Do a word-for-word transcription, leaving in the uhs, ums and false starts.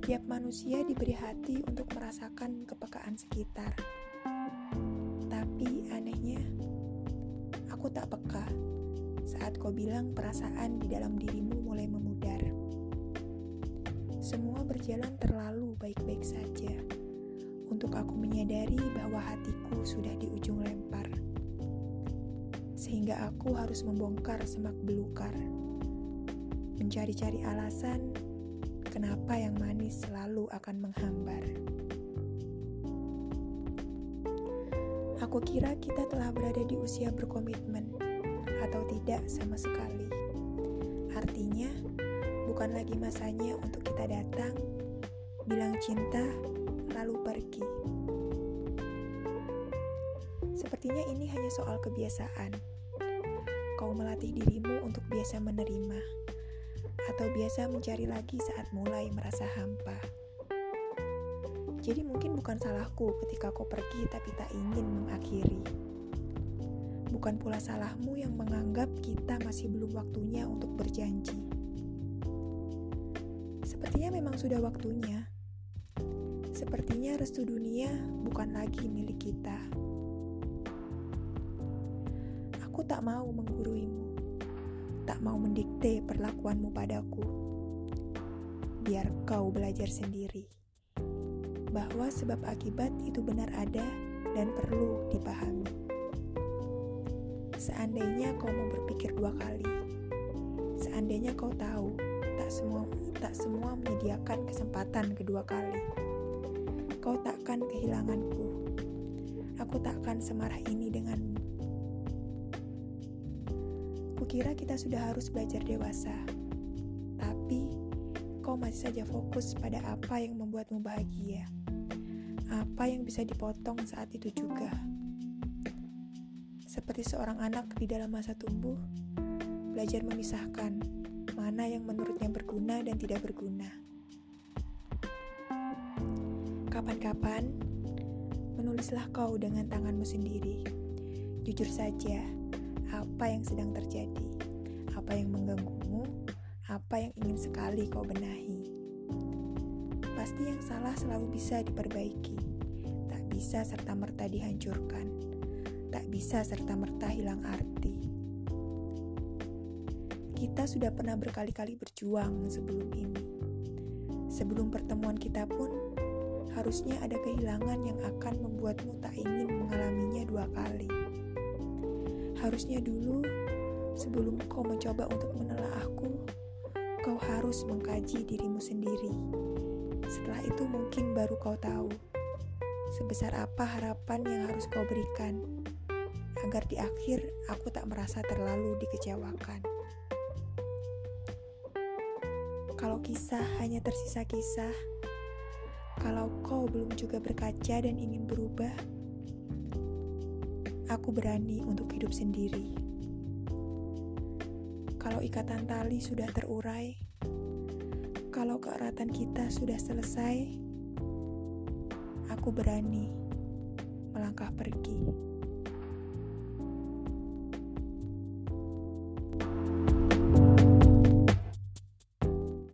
Setiap manusia diberi hati untuk merasakan kepekaan sekitar. Tapi anehnya, aku tak peka saat kau bilang perasaan di dalam dirimu mulai memudar. Semua berjalan terlalu baik-baik saja untuk aku menyadari bahwa hatiku sudah di ujung lempar. Sehingga aku harus membongkar semak belukar, mencari-cari alasan kenapa yang manis selalu akan menghambar. Aku kira kita telah berada di usia berkomitmen, atau tidak sama sekali. Artinya, bukan lagi masanya untuk kita datang, bilang cinta, lalu pergi. Sepertinya ini hanya soal kebiasaan. Kau melatih dirimu untuk biasa menerima, atau biasa mencari lagi saat mulai merasa hampa. Jadi mungkin bukan salahku ketika kau pergi tapi tak ingin mengakhiri. Bukan pula salahmu yang menganggap kita masih belum waktunya untuk berjanji. Sepertinya memang sudah waktunya. Sepertinya restu dunia bukan lagi milik kita. Aku tak mau mengguruimu, tak mau mendikte perlakuanmu padaku. Biar kau belajar sendiri bahwa sebab akibat itu benar ada dan perlu dipahami. Seandainya kau mau berpikir dua kali, seandainya kau tahu tak semua tak semua menyediakan kesempatan kedua kali, kau takkan kehilanganku. Aku takkan semarah ini denganmu. Kukira kita sudah harus belajar dewasa, tapi kau masih saja fokus pada apa yang membuatmu bahagia, apa yang bisa dipotong saat itu juga. Seperti seorang anak di dalam masa tumbuh, belajar memisahkan mana yang menurutnya berguna dan tidak berguna. Kapan-kapan, menulislah kau dengan tanganmu sendiri. Jujur saja, apa yang sedang terjadi, apa yang mengganggumu, apa yang ingin sekali kau benahi. Pasti yang salah selalu bisa diperbaiki, tak bisa serta-merta dihancurkan, tak bisa serta-merta hilang arti. Kita sudah pernah berkali-kali berjuang sebelum ini. Sebelum pertemuan kita pun, harusnya ada kehilangan yang akan membuatmu tak ingin mengalaminya dua kali. Harusnya dulu, sebelum kau mencoba untuk menelaahku, kau harus mengkaji dirimu sendiri. Setelah itu mungkin baru kau tahu sebesar apa harapan yang harus kau berikan, agar di akhir aku tak merasa terlalu dikecewakan. Kalau kisah hanya tersisa kisah, kalau kau belum juga berkaca dan ingin berubah, aku berani untuk hidup sendiri. Kalau ikatan tali sudah terurai, kalau keeratan kita sudah selesai, aku berani melangkah pergi.